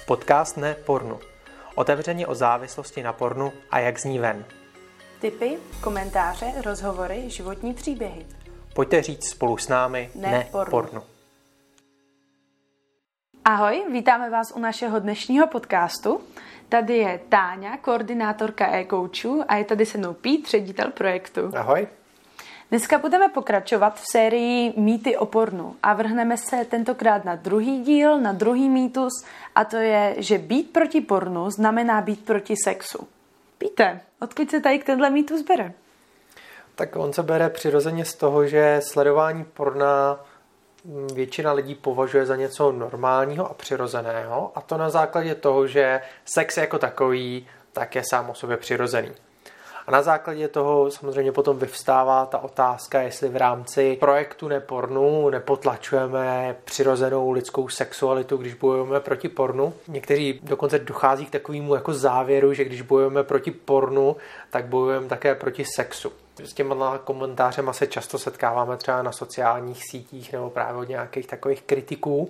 Podcast Ne pornu. Otevřeně o závislosti na pornu a jak z ní ven. Tipy, komentáře, rozhovory, životní příběhy. Pojďte říct spolu s námi Ne pornu. Ahoj, vítáme vás u našeho dnešního podcastu. Tady je Táňa, koordinátorka e-coachů a je tady se mnou Pít, ředitel projektu. Ahoj. Dneska budeme pokračovat v sérii Mýty o pornu a vrhneme se tentokrát na druhý díl, na druhý mýtus a to je, že být proti pornu znamená být proti sexu. Píte, odkud se tady tenhle mýtus bere? Tak on se bere přirozeně z toho, že sledování porna většina lidí považuje za něco normálního a přirozeného a to na základě toho, že sex jako takový tak je sám o sobě přirozený. A na základě toho samozřejmě potom vyvstává ta otázka, jestli v rámci projektu Nepornu nepotlačujeme přirozenou lidskou sexualitu, když bojujeme proti pornu. Někteří dokonce dochází k takovému jako závěru, že když bojujeme proti pornu, tak bojujeme také proti sexu. S těma komentářema se často setkáváme třeba na sociálních sítích nebo právě od nějakých takových kritiků.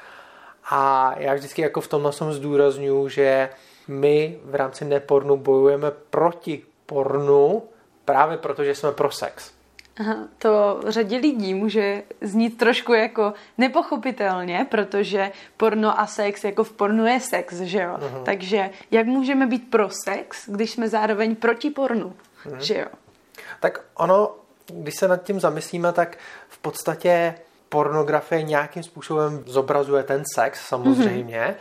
A já vždycky jako v tomhle jsem zdůrazňuji, že my v rámci Nepornu bojujeme proti pornu právě proto, že jsme pro sex. Aha, to řadě lidí může znít trošku jako nepochopitelně, protože porno a sex, jako v pornu je sex, že jo? Takže jak můžeme být pro sex, když jsme zároveň proti pornu, že jo? Tak ono, když se nad tím zamyslíme, tak v podstatě pornografie nějakým způsobem zobrazuje ten sex samozřejmě,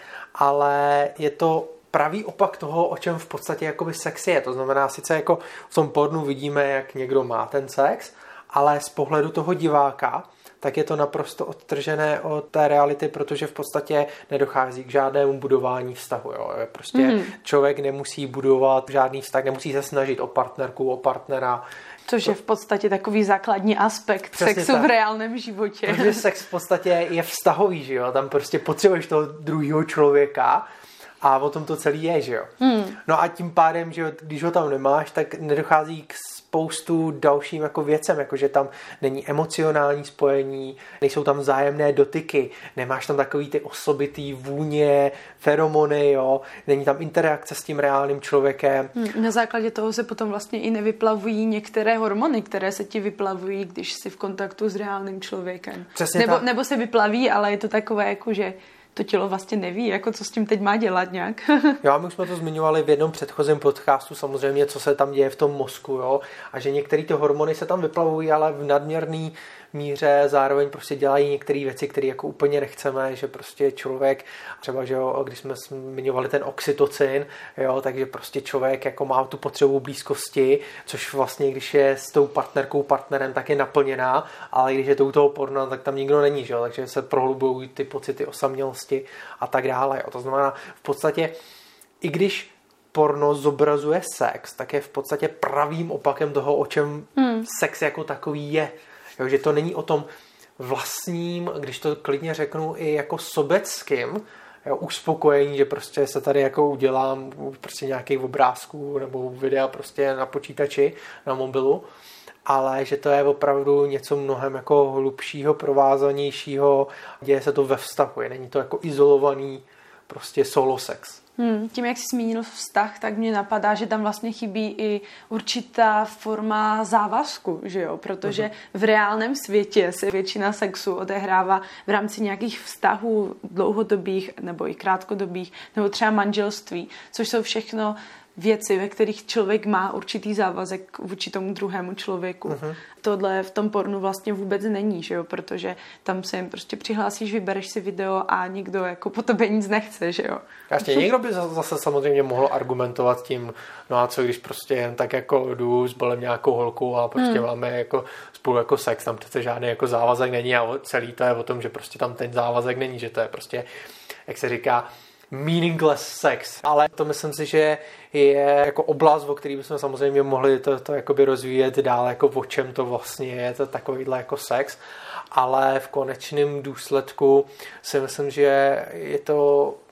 ale je to pravý opak toho, o čem v podstatě jakoby sex je. To znamená, sice jako v tom pornu vidíme, jak někdo má ten sex, ale z pohledu toho diváka, tak je to naprosto odtržené od té reality, protože v podstatě nedochází k žádnému budování vztahu. Jo. Prostě člověk nemusí budovat žádný vztah, nemusí se snažit o partnerku, o partnera. Což je v podstatě takový základní aspekt Přesně sexu tak. V reálném životě. Protože sex v podstatě je vztahový, že jo. Tam prostě potřebuješ toho druhého člověka a o tom to celý je, že jo. No a tím pádem, že když ho tam nemáš, tak nedochází k spoustu dalším jako věcem, jakože tam není emocionální spojení, nejsou tam vzájemné dotyky, nemáš tam takový ty osobitý vůně, feromony, jo, není tam interakce s tím reálným člověkem. Na základě toho se potom vlastně i nevyplavují některé hormony, které se ti vyplavují, když jsi v kontaktu s reálným člověkem. Přesně nebo se vyplaví, ale je to takové jako, že to tělo vlastně neví, jako co s tím teď má dělat nějak. Jo, my už jsme to zmiňovali v jednom předchozím podcastu, samozřejmě, co se tam děje v tom mozku, jo, a že některé ty hormony se tam vyplavují, ale v nadměrné míře zároveň prostě dělají některé věci, které jako úplně nechceme, že prostě člověk, třeba, že jo, když jsme zmiňovali ten oxytocin, jo, takže prostě člověk jako má tu potřebu blízkosti, což vlastně, když je s tou partnerkou, partnerem, tak je naplněná, ale když je to u toho porna, tak tam nikdo není, že jo, takže se prohlubují ty pocity osamělosti a tak dále, jo. To znamená, v podstatě, i když porno zobrazuje sex, tak je v podstatě pravým opakem toho, o čem sex jako takový je. Jo, že to není o tom vlastním, když to klidně řeknu, i jako sobeckým, jo, uspokojení, že prostě se tady jako udělám prostě nějakých obrázků nebo videa prostě na počítači, na mobilu, ale že to je opravdu něco mnohem jako hlubšího, provázanějšího, děje se to ve vztahu, není to jako izolovaný prostě solo sex. Tím, jak jsi zmínil vztah, tak mě napadá, že tam vlastně chybí i určitá forma závazku, že jo? Protože v reálném světě se většina sexu odehrává v rámci nějakých vztahů dlouhodobých nebo i krátkodobých, nebo třeba manželství, což jsou všechno věci, ve kterých člověk má určitý závazek vůči tomu druhému člověku. Tohle v tom pornu vlastně vůbec není, že jo? Protože tam se jim prostě přihlásíš, vybereš si video a nikdo jako po tobě nic nechce, že jo? Jasně, někdo by zase samozřejmě mohl argumentovat tím, no a co když prostě jen tak jako jdu, zbalím nějakou holku a prostě máme jako spolu jako sex, tam přece žádný jako závazek není a celý to je o tom, že prostě tam ten závazek není, že to je prostě, jak se říká, meaningless sex. Ale to myslím si, že je jako oblast, o který bychom samozřejmě mohli to jakoby rozvíjet dál, jako o čem to vlastně je, to takovýhle jako sex. Ale v konečném důsledku si myslím, že je to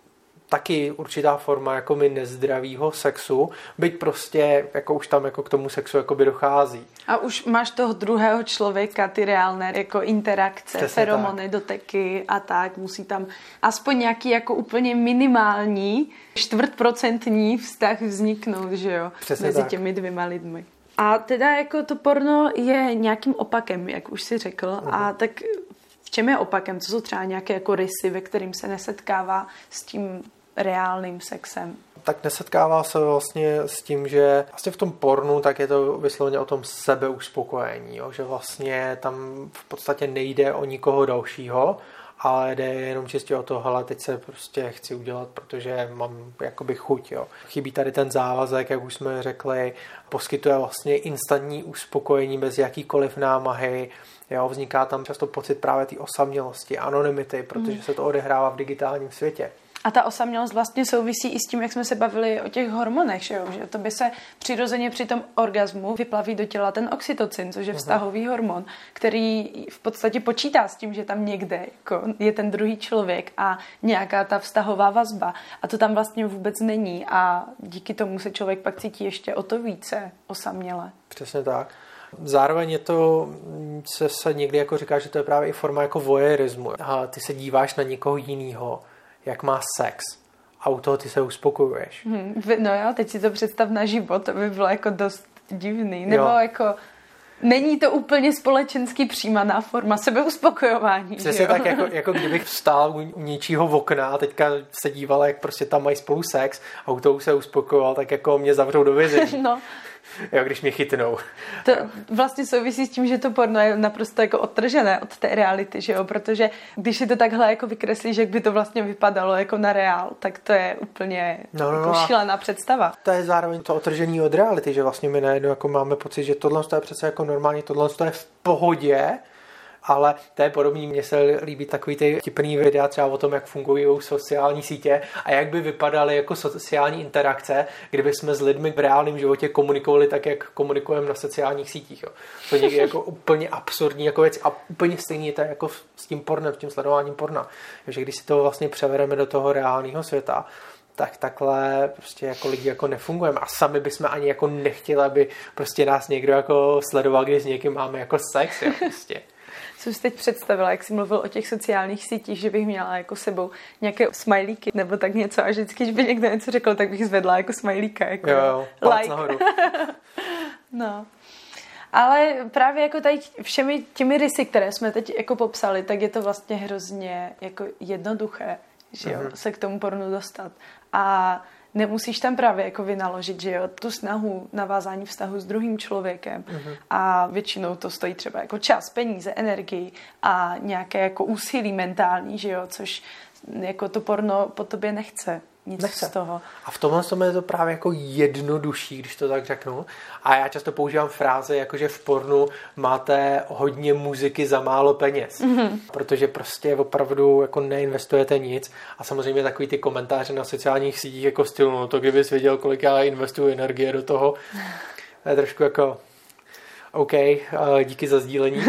taky určitá forma jako my nezdravýho sexu, byť prostě jako už tam jako k tomu sexu jakoby dochází. A už máš toho druhého člověka, ty reálné jako interakce, přesně feromony, tak. Doteky a tak, musí tam aspoň nějaký jako úplně minimální 4% vztah vzniknout, že jo, přesně mezi tak. těmi dvěma lidmi. A teda jako to porno je nějakým opakem, jak už si řekl, a tak v čem je opakem? Co jsou třeba nějaké jako rysy, ve kterým se nesetkává s tím reálným sexem? Tak nesetkává se vlastně s tím, že vlastně v tom pornu tak je to vysloveně o tom sebeuspokojení, jo? Že vlastně tam v podstatě nejde o nikoho dalšího, ale jde jenom čistě o to, hele, teď se prostě chci udělat, protože mám jakoby chuť, jo. Chybí tady ten závazek, jak už jsme řekli, poskytuje vlastně instantní uspokojení bez jakýkoliv námahy, jo, vzniká tam často pocit právě té osamělosti, anonymity, protože se to odehrává v digitálním světě. A ta osamělost vlastně souvisí i s tím, jak jsme se bavili o těch hormonech, že to by se přirozeně při tom orgazmu vyplaví do těla ten oxytocin, což je vztahový hormon, který v podstatě počítá s tím, že tam někde jako je ten druhý člověk a nějaká ta vztahová vazba. A to tam vlastně vůbec není a díky tomu se člověk pak cítí ještě o to více osaměle. Přesně tak. Zároveň je to, se někdy jako říká, že to je právě i forma jako voyeurismu. A ty se díváš na někoho jinýho, jak má sex a u toho ty se uspokojuješ. No jo, teď si to představ na život, to by bylo jako dost divný. Nebo jako není to úplně společensky přijímaná forma sebeuspokojování. Přesně tak, jako kdybych stál u něčího v okna a teďka se dívala, jak prostě tam mají spolu sex a u toho se uspokojoval, tak jako mě zavřou do vězení. No. Jo, když mě chytnou. To vlastně souvisí s tím, že to porno je naprosto jako odtržené od té reality, že jo? Protože když si to takhle jako vykreslíš, jak by to vlastně vypadalo jako na reál, tak to je úplně jako šílená představa. To je zároveň to odtržení od reality, že vlastně my najednou jako máme pocit, že tohle je přece jako normálně, tohle je v pohodě, ale to je podobný, mně se líbí takový ty vtipný videa třeba o tom, jak fungují sociální sítě a jak by vypadaly jako sociální interakce, kdyby jsme s lidmi v reálném životě komunikovali tak, jak komunikujeme na sociálních sítích. Jo. To je někdy jako úplně absurdní jako věc a úplně stejně to jako s tím pornem, s tím sledováním porna. Takže když si to vlastně převedeme do toho reálného světa, tak takhle prostě jako lidi jako nefungujeme a sami bychom ani jako nechtěli, aby prostě nás někdo jako sledoval, když s někým máme jako sex, jo, prostě. Jsem si teď představila, jak jsi mluvil o těch sociálních sítích, že bych měla jako sebou nějaké smajlíky nebo tak něco a vždycky, když by někdo něco řekl, tak bych zvedla jako smajlíka. Jako jo, palec like. nahoru. No. Ale právě jako tady všemi těmi rysy, které jsme teď jako popsali, tak je to vlastně hrozně jako jednoduché, že jo, se k tomu pornu dostat. A nemusíš tam právě jako vynaložit, že jo, tu snahu navázání vztahu s druhým člověkem a většinou to stojí třeba jako čas, peníze, energii a nějaké jako úsilí mentální, že jo, což jako to porno po tobě nechce. Nic z toho. A v tomhle je to právě jako jednodušší, když to tak řeknu. A já často používám fráze, jako že v pornu máte hodně muziky za málo peněz. Protože prostě opravdu jako neinvestujete nic. A samozřejmě takový ty komentáře na sociálních sítích jako stylu, no to kdybys věděl, kolik já investuju energie do toho. To je trošku jako OK, díky za sdílení.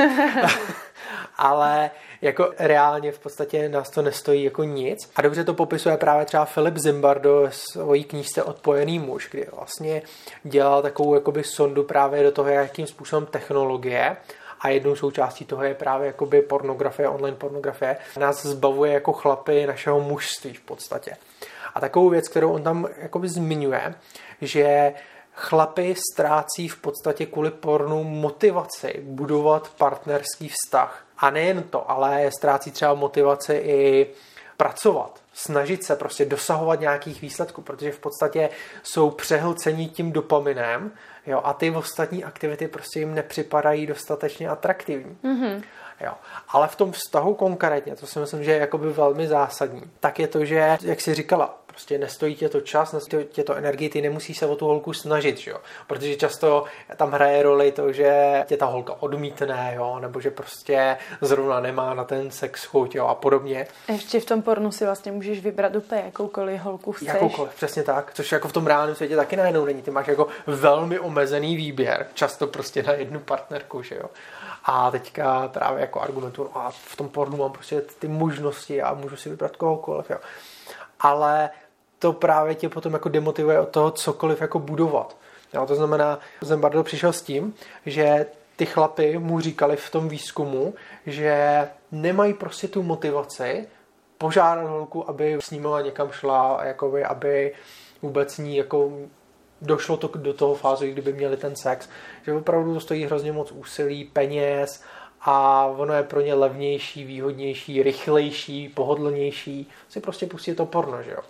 Ale jako reálně v podstatě nás to nestojí jako nic. A dobře to popisuje právě třeba Philip Zimbardo ve svojí knížce Odpojený muž, kdy vlastně dělal takovou jakoby sondu právě do toho, jakým způsobem technologie a jednou součástí toho je právě jakoby pornografie, online pornografie, nás zbavuje jako chlapy našeho mužství v podstatě. A takovou věc, kterou on tam jakoby zmiňuje, že chlapi ztrácí v podstatě kvůli pornu motivaci budovat partnerský vztah. A nejen to, ale ztrácí třeba motivaci i pracovat, snažit se prostě dosahovat nějakých výsledků, protože v podstatě jsou přehlcení tím dopaminem, jo, a ty ostatní aktivity prostě jim nepřipadají dostatečně atraktivní. Jo. Ale v tom vztahu konkrétně, to si myslím, že je jakoby velmi zásadní, tak je to, že, jak jsi říkala, prostě nestojí tě to čas, nestojí tě to energii, ty nemusíš se o tu holku snažit, jo? Protože často tam hraje roli to, že tě ta holka odmítne, jo? Nebo že prostě zrovna nemá na ten sex chuť, jo? A podobně. Ještě v tom pornu si vlastně můžeš vybrat úplně jakoukoliv holku chceš. Jakoukoliv, přesně tak, což jako v tom reálném světě taky najednou není, ty máš jako velmi omezený výběr, často prostě na jednu partnerku, že jo. A teďka právě jako argumentu, a v tom pornu mám prostě ty možnosti a můžu si vybrat kohokoliv, jo. Ale to právě tě potom jako demotivuje od toho cokoliv jako budovat. Jo, to znamená, Zimbardo přišel s tím, že ty chlapy mu říkali v tom výzkumu, že nemají prostě tu motivaci požádat holku, aby s ním někam šla, jakoby, aby vůbec ní jako došlo to do toho fázu, kdyby měli ten sex, že opravdu to stojí hrozně moc úsilí, peněz a ono je pro ně levnější, výhodnější, rychlejší, pohodlnější si prostě pustit to porno, že jo.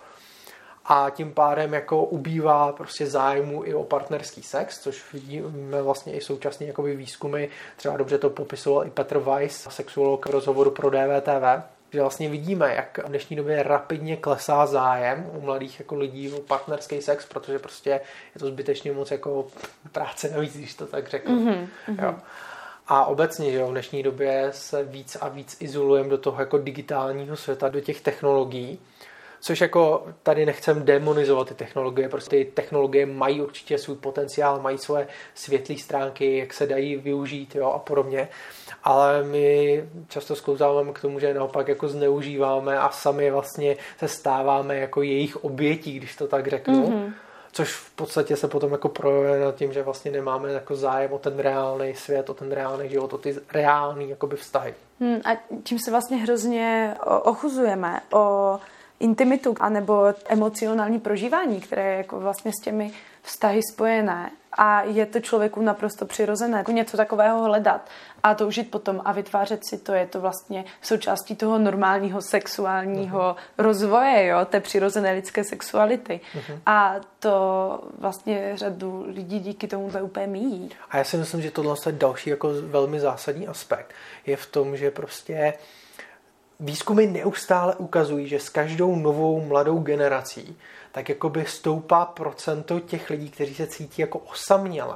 A tím pádem jako ubývá prostě zájmu i o partnerský sex, což vidíme vlastně i současně jakoby výzkumy, třeba dobře to popisoval i Petr Weiss, sexuolog v rozhovoru pro DVTV, že vlastně vidíme, jak v dnešní době rapidně klesá zájem u mladých jako lidí o partnerský sex, protože prostě je to zbytečně moc jako práce navíc, když to tak řeknu. Jo. A obecně, že jo, v dnešní době se víc a víc izolujeme do toho jako digitálního světa, do těch technologií, což jako tady nechcem demonizovat ty technologie, prostě ty technologie mají určitě svůj potenciál, mají svoje světlé stránky, jak se dají využít, jo, a podobně. Ale my často sklouzáváme k tomu, že naopak jako zneužíváme a sami vlastně se stáváme jako jejich obětí, když to tak řeknu. Což v podstatě se potom jako projevuje nad tím, že vlastně nemáme jako zájem o ten reálný svět, o ten reálný život, o ty reální jakoby vztahy. A tím se vlastně hrozně ochuzujeme o intimitu anebo emocionální prožívání, které je jako vlastně s těmi vztahy spojené. A je to člověku naprosto přirozené jako něco takového hledat a toužit potom a vytvářet si to. Je to vlastně součástí toho normálního sexuálního rozvoje, jo, té přirozené lidské sexuality. A to vlastně řadu lidí díky tomu to úplně míjí. A já si myslím, že tohle je další jako velmi zásadní aspekt. Je v tom, že prostě výzkumy neustále ukazují, že s každou novou mladou generací tak jakoby stoupá procento těch lidí, kteří se cítí jako osaměle.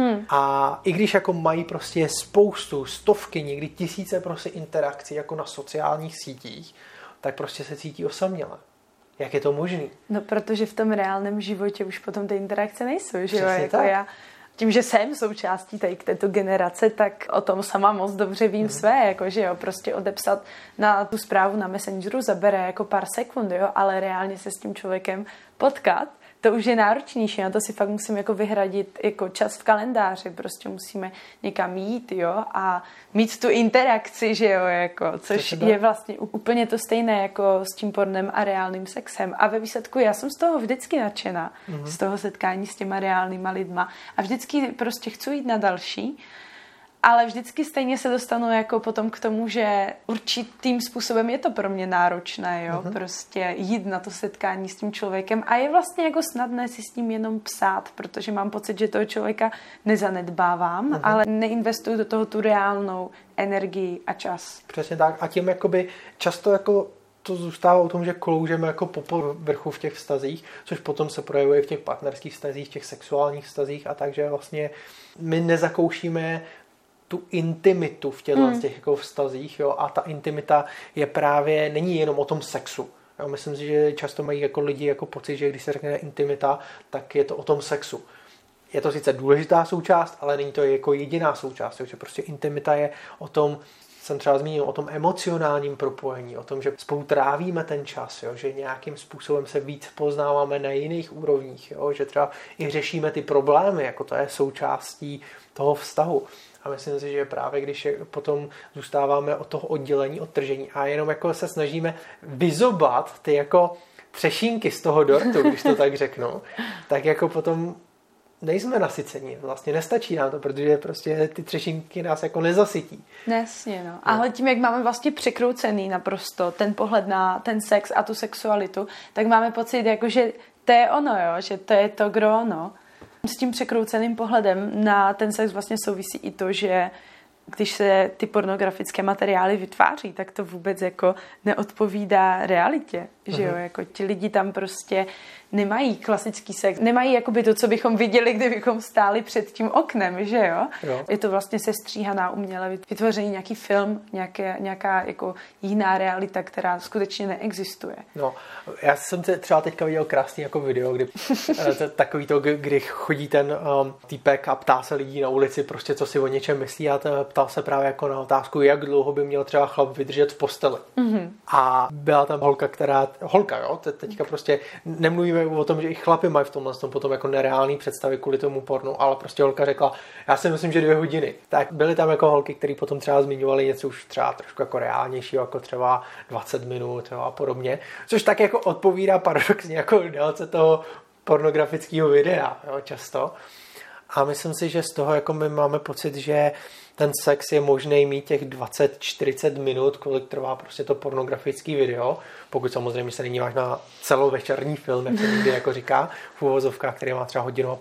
A i když jako mají prostě spoustu, stovky, někdy tisíce prostě interakcí jako na sociálních sítích, tak prostě se cítí osaměle. Jak je to možný? No, protože v tom reálném životě už potom ty interakce nejsou, že jo? Přesně jako tak. já tím, že jsem součástí tady k této generace, tak o tom sama moc dobře vím své, jako, že jo, prostě odepsat na tu zprávu na Messengeru zabere jako pár sekund, jo, ale reálně se s tím člověkem potkat, to už je náročnější, na to si fakt musím jako vyhradit jako čas v kalendáři, prostě musíme někam jít, jo, a mít tu interakci, že jo, jako, což je vlastně úplně to stejné jako s tím pornem a reálným sexem. A ve výsledku já jsem z toho vždycky nadšená, z toho setkání s těma reálnýma lidma a vždycky prostě chci jít na další, ale vždycky stejně se dostanu jako potom k tomu, že určitým způsobem je to pro mě náročné, jo, prostě jít na to setkání s tím člověkem a je vlastně jako snadné si s ním jenom psát, protože mám pocit, že toho člověka nezanedbávám, ale neinvestuju do toho tu reálnou energii a čas. Přesně tak a tím jakoby často jako to zůstává o tom, že kloužeme jako po povrchu v těch vztazích, což potom se projevuje v těch partnerských vztazích, v těch sexuálních vztazích a takže vlastně my nezakoušíme tu intimitu v těch jako vztazích, jo, a ta intimita je právě, není jenom o tom sexu. Jo, myslím si, že často mají jako lidi jako pocit, že když se řekne intimita, tak je to o tom sexu. Je to sice důležitá součást, ale není to jako jediná součást, jo, že prostě intimita je o tom, jsem třeba zmínil, o tom emocionálním propojení, o tom, že spolu trávíme ten čas, jo, že nějakým způsobem se víc poznáváme na jiných úrovních, jo, že třeba i řešíme ty problémy, jako to je součástí toho vztahu. A myslím si, že právě když potom zůstáváme od toho oddělení, odtržení a jenom jako se snažíme vyzobat ty jako třešínky z toho dortu, když to tak řeknu, tak jako potom nejsme nasyceni. Vlastně nestačí nám to, protože prostě ty třešínky nás jako nezasytí. Jasně, no. Ale tím, jak máme vlastně překroucený naprosto ten pohled na ten sex a tu sexualitu, tak máme pocit, jako, že to je ono, jo? Že to je to, kdo ono. S tím překrouceným pohledem na ten sex vlastně souvisí i to, že když se ty pornografické materiály vytváří, tak to vůbec jako neodpovídá realitě, že jo, jako ti lidi tam prostě nemají klasický sex, nemají jakoby to, co bychom viděli, kdybychom stáli před tím oknem, že jo? Je to vlastně sestříhaná uměle vytvoření nějaký film, nějaká jako jiná realita, která skutečně neexistuje. No, já jsem třeba teďka viděl krásný jako video, kdy takový to, kdy chodí ten týpek a ptá se lidí na ulici prostě, co si o něčem myslí a ptá ptal se právě jako na otázku, jak dlouho by měl třeba chlap vydržet v posteli. A byla tam holka, jo, teďka prostě nemluvíme o tom, že i chlapi mají v tomhle potom jako nereální představy kvůli tomu pornu, ale prostě holka řekla, já si myslím, že 2 hodiny. Tak byly tam jako holky, které potom třeba zmiňovaly něco už třeba trošku jako reálnějšího, jako třeba 20 minut, jo, a podobně, což tak jako odpovídá paradoxně jako délce toho pornografického videa, jo, často. A myslím si, že z toho jako my máme pocit, že ten sex je možný mít těch 20-40 minut, kolik trvá prostě to pornografický video, pokud samozřejmě se nedíváš na celovečerní film, jak se někdy jako říká, v uvozovkách, který má třeba 1,5 hodiny.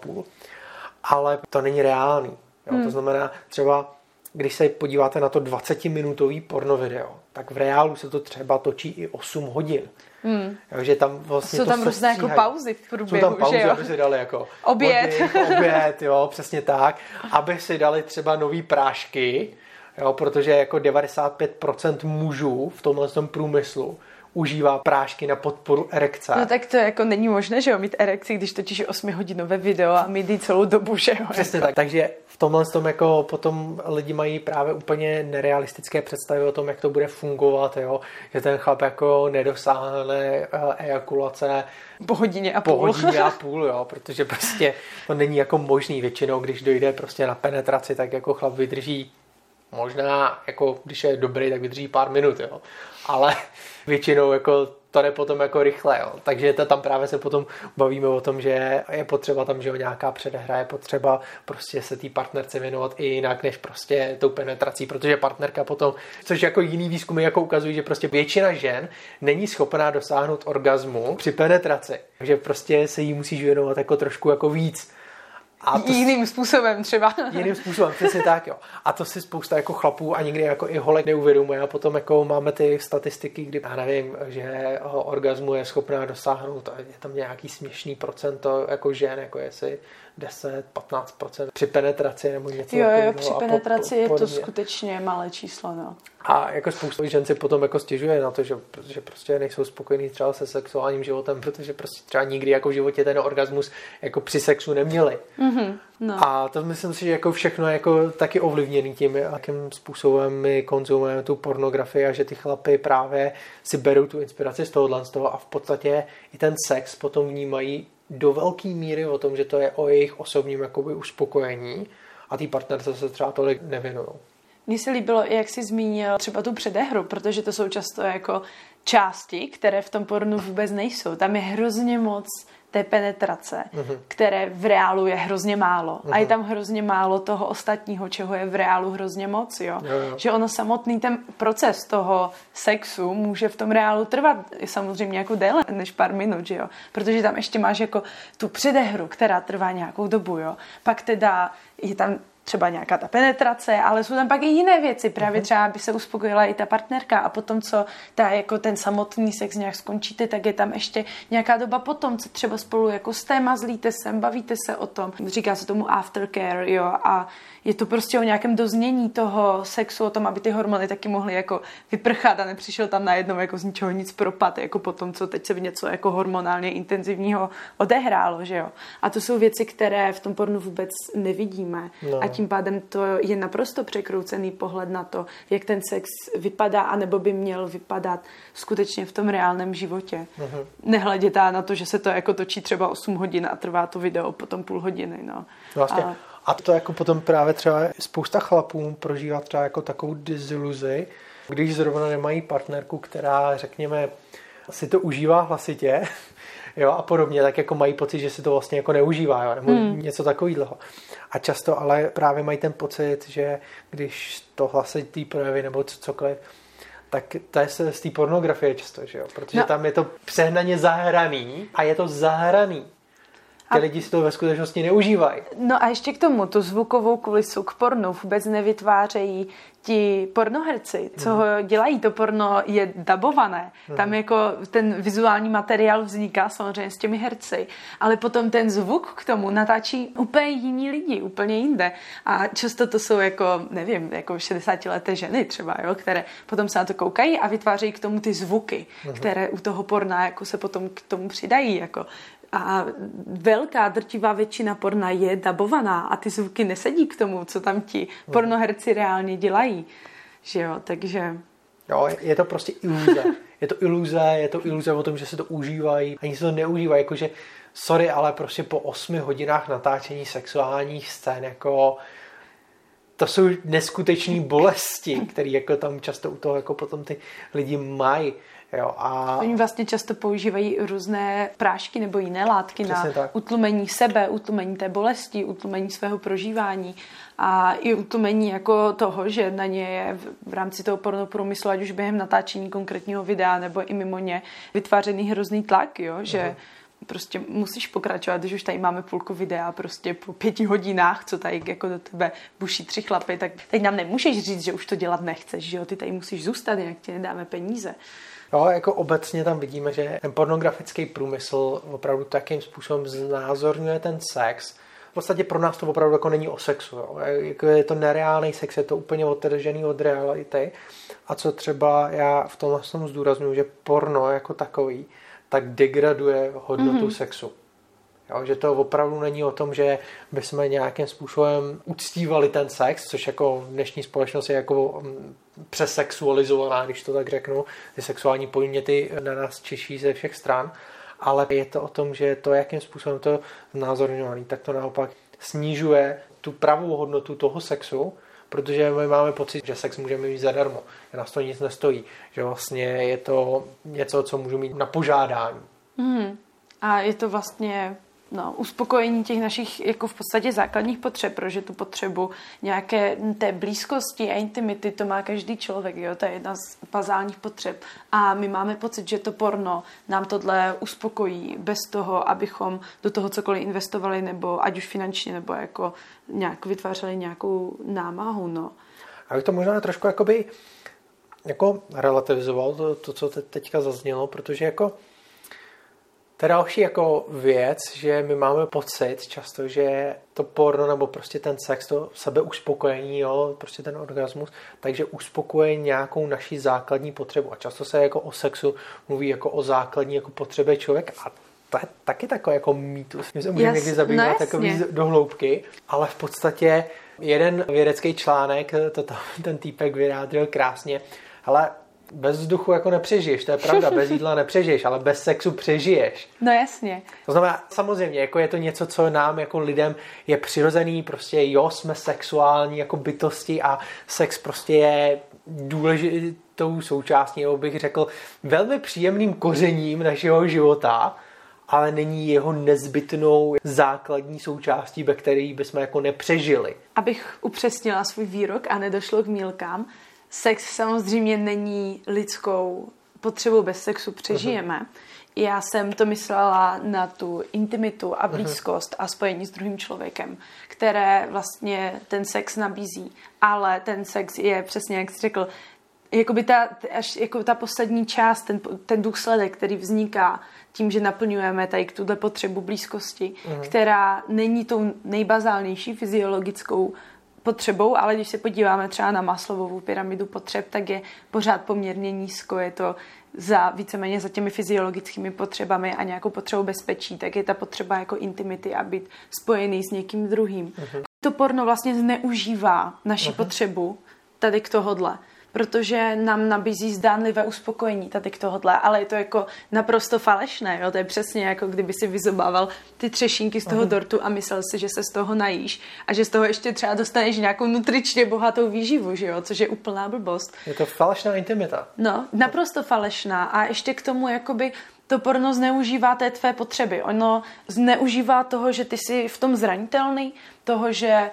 Ale to není reálný. Jo? To znamená třeba, když se podíváte na to 20-minutový porno video, tak v reálu se to třeba točí i 8 hodin. Takže tam vlastně jsou tam různé jako pauzy v průběhu, jsou tam pauzy, že jo? aby si dali jako oběd, jo, přesně tak, aby si dali třeba nový prášky, jo, protože jako 95% mužů v tomhle průmyslu užívá prášky na podporu erekce. No tak to jako není možné, že jo, mít erekci, když točíš 8hodinové video a mít jí celou dobu, že jo. Přesně tak. Takže v tomhle jako potom lidi mají právě úplně nerealistické představy o tom, jak to bude fungovat, jo, že ten chlap jako nedosáhne ejakulace po hodině a půl, jo, protože prostě to není jako možný. Většinou, když dojde prostě na penetraci, tak jako chlap vydrží možná, jako když je dobrý, tak vydrží pár minut, jo. Ale většinou jako to jde potom jako rychle, jo. Takže tam právě se potom bavíme o tom, že je potřeba tam, že jo, nějaká předehra, je potřeba prostě se té partnerce věnovat i jinak, než prostě tou penetrací, protože partnerka potom, což jako jiný výzkumy jako ukazují, že prostě většina žen není schopná dosáhnout orgazmu při penetraci. Takže prostě se jí musíš věnovat jako trošku jako víc. A to jiným způsobem třeba. Jiným způsobem, přesně tak, jo. A to si spousta jako chlapů a někdy jako i holek neuvědomuje. A potom jako máme ty statistiky, kdy já nevím, že orgazmu je schopná dosáhnout, je tam nějaký směšný procento jako žen, jako jestli 10-15% při penetraci nebo něco takového. Jo, při penetraci je to skutečně malé číslo, no. A jako spousta žen si potom jako stěžuje na to, že prostě nejsou spokojení třeba se sexuálním životem, protože prostě třeba nikdy jako v životě ten orgasmus jako při sexu neměli. No. A to myslím si, že jako všechno je jako taky ovlivněný tím, jakým způsobem my konzumujeme tu pornografii a že ty chlapy právě si berou tu inspiraci z tohohle a v podstatě i ten sex potom vnímají do velké míry o tom, že to je o jejich osobním jakoby uspokojení a ty partnerce se třeba tolik nevěnují. Mně se líbilo, jak jsi zmínil třeba tu předehru, protože to jsou často jako části, které v tom pornu vůbec nejsou. Tam je hrozně moc té penetrace, které v reálu je hrozně málo. A je tam hrozně málo toho ostatního, čeho je v reálu hrozně moc, jo. Že ono samotný ten proces toho sexu může v tom reálu trvat samozřejmě jako déle než pár minut, že jo. Protože tam ještě máš jako tu předehru, která trvá nějakou dobu, jo. Pak teda je tam třeba nějaká ta penetrace, ale jsou tam pak i jiné věci, právě třeba aby se uspokojila i ta partnerka a potom, co jako ten samotný sex nějak skončíte, tak je tam ještě nějaká doba potom, co třeba spolu jako jste, mazlíte se, bavíte se o tom, říká se tomu aftercare, jo, a je to prostě o nějakém doznění toho sexu, o tom, aby ty hormony taky mohly jako vyprchat a nepřišel tam najednou jako z ničeho nic propad, jako potom, co teď se v něco jako hormonálně intenzivního odehrálo, že jo. A to jsou věci, které v tom pornu vůbec nevidíme. No. A tím pádem to je naprosto překroucený pohled na to, jak ten sex vypadá, anebo by měl vypadat skutečně v tom reálném životě. Nehledě na to, že se to jako točí třeba 8 hodin a trvá to video potom půl hodiny, no. Vlastně. A to jako potom právě třeba spousta chlapů prožívá třeba jako takovou deziluzi, když zrovna nemají partnerku, která, řekněme, si to užívá hlasitě, jo, a podobně, tak jako mají pocit, že si to vlastně jako neužívá, jo, nebo něco takového. A často ale právě mají ten pocit, že když to hlasitý projevy nebo cokoliv, tak to je z té pornografie často, že jo, protože tam je to přehnaně zahraný a je to zahraný. Ty lidi si to ve skutečnosti neužívají. No a ještě k tomu, tu zvukovou kulisu k pornu vůbec nevytvářejí ti pornoherci, co dělají, to porno je dabované. Tam jako ten vizuální materiál vzniká samozřejmě s těmi herci, ale potom ten zvuk k tomu natáčí úplně jiní lidi, úplně jinde. A často to jsou jako, nevím, jako 60leté ženy třeba, jo, které potom se na to koukají a vytvářejí k tomu ty zvuky, které u toho porna jako se potom k tomu přidají, jako A velká drtivá většina porna je dabovaná a ty zvuky nesedí k tomu, co tam ti pornoherci reálně dělají. Že jo, takže... Jo, je to prostě iluze. Je to iluze o tom, že se to užívají. Ani se to neužívají, jakože sorry, ale prostě po 8 hodinách natáčení sexuálních scén, jako to jsou neskutečné bolesti, které jako tam často u toho jako potom ty lidi mají. Jo, a... Oni vlastně často používají různé prášky nebo jiné látky přesně na tak. utlumení sebe, utlumení té bolesti, utlumení svého prožívání a i utlumení jako toho, že na ně je v rámci toho pornoprůmyslu, ať už během natáčení konkrétního videa nebo i mimo ně, vytvářený hrozný tlak, jo, že prostě musíš pokračovat, když už tady máme půlku videa prostě po 5 hodinách, co tady jako do tebe buší 3 chlapy, tak teď nám nemůžeš říct, že už to dělat nechceš, že jo, ty tady musíš zůstat, jinak ti nedáme peníze. Jo, jako obecně tam vidíme, že ten pornografický průmysl opravdu takým způsobem znázorňuje ten sex. V podstatě pro nás to opravdu jako není o sexu. Jo. Jako je to nereálný sex, je to úplně odtržený od reality. A co třeba já v tomhle tom zdůraznuju, že porno jako takový tak degraduje hodnotu sexu. Jo, že to opravdu není o tom, že bychom nějakým způsobem uctívali ten sex, což jako v dnešní společnosti je jako přesexualizovaná, když to tak řeknu. Ty sexuální podněty na nás čiší ze všech stran, ale je to o tom, že to, jakým způsobem to znázorňovaný, tak to naopak snižuje tu pravou hodnotu toho sexu, protože my máme pocit, že sex můžeme mít zadarmo, že nás to nic nestojí, že vlastně je to něco, co můžu mít na požádání. A je to vlastně uspokojení těch našich jako v podstatě základních potřeb, protože tu potřebu nějaké té blízkosti a intimity to má každý člověk, jo? To je jedna z bazálních potřeb a my máme pocit, že to porno nám tohle uspokojí bez toho, abychom do toho cokoliv investovali nebo ať už finančně nebo jako nějak vytvářeli nějakou námahu, no. A bych to možná trošku jako relativizoval to co teďka zaznělo, protože jako to je další jako věc, že my máme pocit často, že to porno nebo prostě ten sex, to sebeuspokojení, jo, prostě ten orgasmus, takže uspokoje nějakou naši základní potřebu. A často se jako o sexu mluví jako o základní jako potřebě člověka. A to je taky takový jako mýtus. My se můžeme někdy zabývat jako do hloubky, ale v podstatě jeden vědecký článek, ten týpek vyjádřil krásně, hele, bez vzduchu jako nepřežiješ, to je pravda, bez jídla nepřežiješ, ale bez sexu přežiješ. No jasně. To znamená, samozřejmě, jako je to něco, co nám jako lidem je přirozený, prostě jo, jsme sexuální jako bytosti a sex prostě je důležitou součástí, nebo bych řekl, velmi příjemným kořením našeho života, ale není jeho nezbytnou základní součástí, ve které bychom jako nepřežili. Abych upřesnila svůj výrok a nedošlo k mýlkám, sex samozřejmě není lidskou potřebou, bez sexu přežijeme. Já jsem to myslela na tu intimitu a blízkost a spojení s druhým člověkem, které vlastně ten sex nabízí. Ale ten sex je přesně, jak jsi řekl, jakoby ta poslední část, ten důsledek, který vzniká tím, že naplňujeme tady tuhle potřebu blízkosti, která není tou nejbazálnější fyziologickou potřebou, ale když se podíváme třeba na Maslowovu pyramidu potřeb, tak je pořád poměrně nízko, je to víceméně za těmi fyziologickými potřebami a nějakou potřebou bezpečí, tak je ta potřeba jako intimity a být spojený s někým druhým. To porno vlastně zneužívá naši potřebu tady k tohodle, protože nám nabízí zdánlivé uspokojení tady k tohodle, ale je to jako naprosto falešné, jo? To je přesně jako kdyby si vyzobával ty třešínky z toho dortu a myslel si, že se z toho najíš a že z toho ještě třeba dostaneš nějakou nutričně bohatou výživu, že jo? Což je úplná blbost. Je to falešná intimita. No, naprosto falešná a ještě k tomu jakoby to porno zneužívá té tvé potřeby. Ono zneužívá toho, že ty jsi v tom zranitelný, toho, že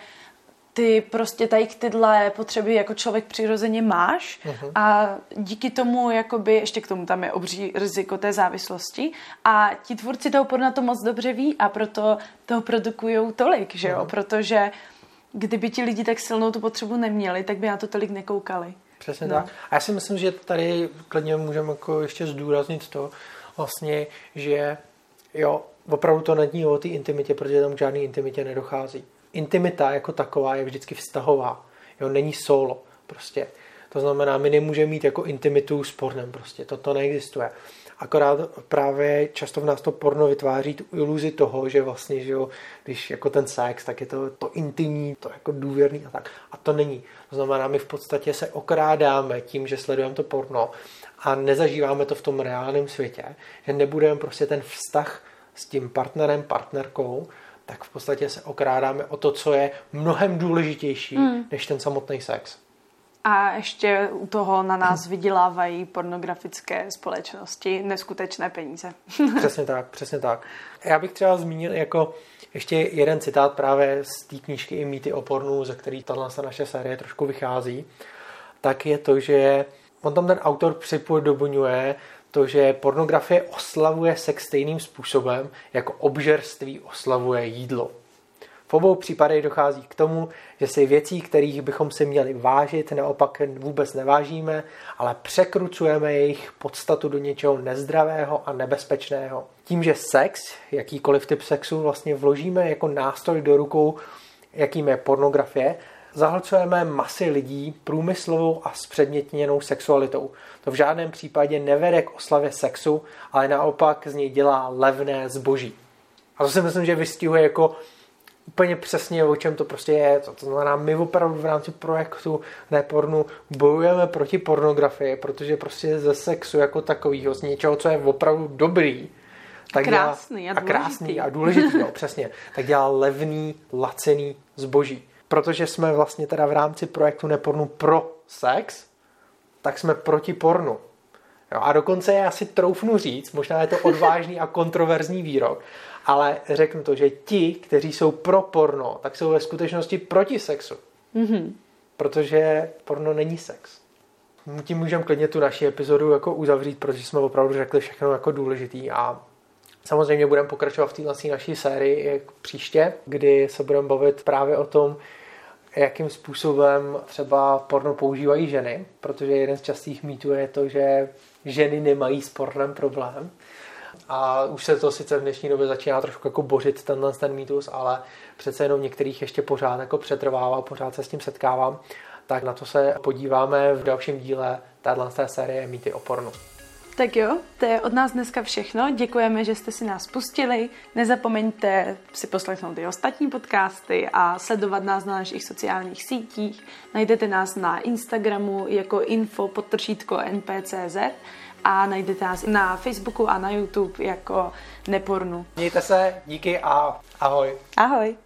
ty prostě tady tyhle potřeby jako člověk přirozeně máš a díky tomu jakoby, ještě k tomu tam je obří riziko té závislosti a ti tvůrci toho porna to moc dobře ví a proto toho produkujou tolik, že jo, protože kdyby ti lidi tak silnou tu potřebu neměli, tak by na to tolik nekoukali. Přesně tak. A já si myslím, že tady klidně můžeme jako ještě zdůraznit to vlastně, že jo, opravdu to není o té intimitě, protože tam k žádný intimitě nedochází. Intimita jako taková je vždycky vztahová. Jo, není solo prostě. To znamená, my nemůžeme mít jako intimitu s pornem prostě, to neexistuje. Akorát právě často v nás to porno vytváří tu iluzi toho, že vlastně, že jo, když jako ten sex, tak je to intimní, to jako důvěrný a tak. A to není. To znamená, my v podstatě se okrádáme tím, že sledujeme to porno a nezažíváme to v tom reálném světě, že nebudeme prostě ten vztah s tím partnerem, partnerkou, tak v podstatě se okrádáme o to, co je mnohem důležitější než ten samotný sex. A ještě u toho na nás vydělávají pornografické společnosti neskutečné peníze. Přesně tak. Já bych třeba zmínil jako ještě jeden citát právě z té knížky I mýty o pornu, ze který tato naše série trošku vychází. Tak je to, že on tam ten autor připodobňuje to, že pornografie oslavuje sex stejným způsobem, jako obžerství oslavuje jídlo. V obou případech dochází k tomu, že si věcí, kterých bychom si měli vážit, naopak vůbec nevážíme, ale překrucujeme jejich podstatu do něčeho nezdravého a nebezpečného. Tím, že sex, jakýkoliv typ sexu, vlastně vložíme jako nástroj do rukou, jakým je pornografie, zahlcujeme masy lidí průmyslovou a zpředmětněnou sexualitou. To v žádném případě nevede k oslavě sexu, ale naopak z něj dělá levné zboží. A to si myslím, že vystihuje jako úplně přesně, o čem to prostě je. To znamená, my opravdu v rámci projektu Nepornu bojujeme proti pornografii, protože prostě ze sexu jako takového, z něčeho, co je opravdu dobrý, tak krásný a důležitý, no, přesně, tak dělá levný, lacený zboží. Protože jsme vlastně teda v rámci projektu Nepornu pro sex, tak jsme proti pornu. Jo, a dokonce já si troufnu říct, možná je to odvážný a kontroverzní výrok, ale řeknu to, že ti, kteří jsou pro porno, tak jsou ve skutečnosti proti sexu. Mm-hmm. Protože porno není sex. Tím můžeme klidně tu naši epizodu jako uzavřít, protože jsme opravdu řekli všechno jako důležitý a samozřejmě budeme pokračovat v této naší sérii příště, kdy se budeme bavit právě o tom, jakým způsobem třeba porno používají ženy, protože jeden z častých mýtů je to, že ženy nemají s pornem problém. A už se to sice v dnešní době začíná trošku jako bořit ten mýtus, ale přece jenom některých ještě pořád jako přetrvává, pořád se s tím setkávám. Tak na to se podíváme v dalším díle téhle série Mýty o pornu. Tak jo, to je od nás dneska všechno. Děkujeme, že jste si nás pustili. Nezapomeňte si poslechnout i ostatní podcasty a sledovat nás na našich sociálních sítích. Najdete nás na Instagramu jako info_np.cz a najdete nás na Facebooku a na YouTube jako Nepornu. Mějte se, díky a ahoj. Ahoj.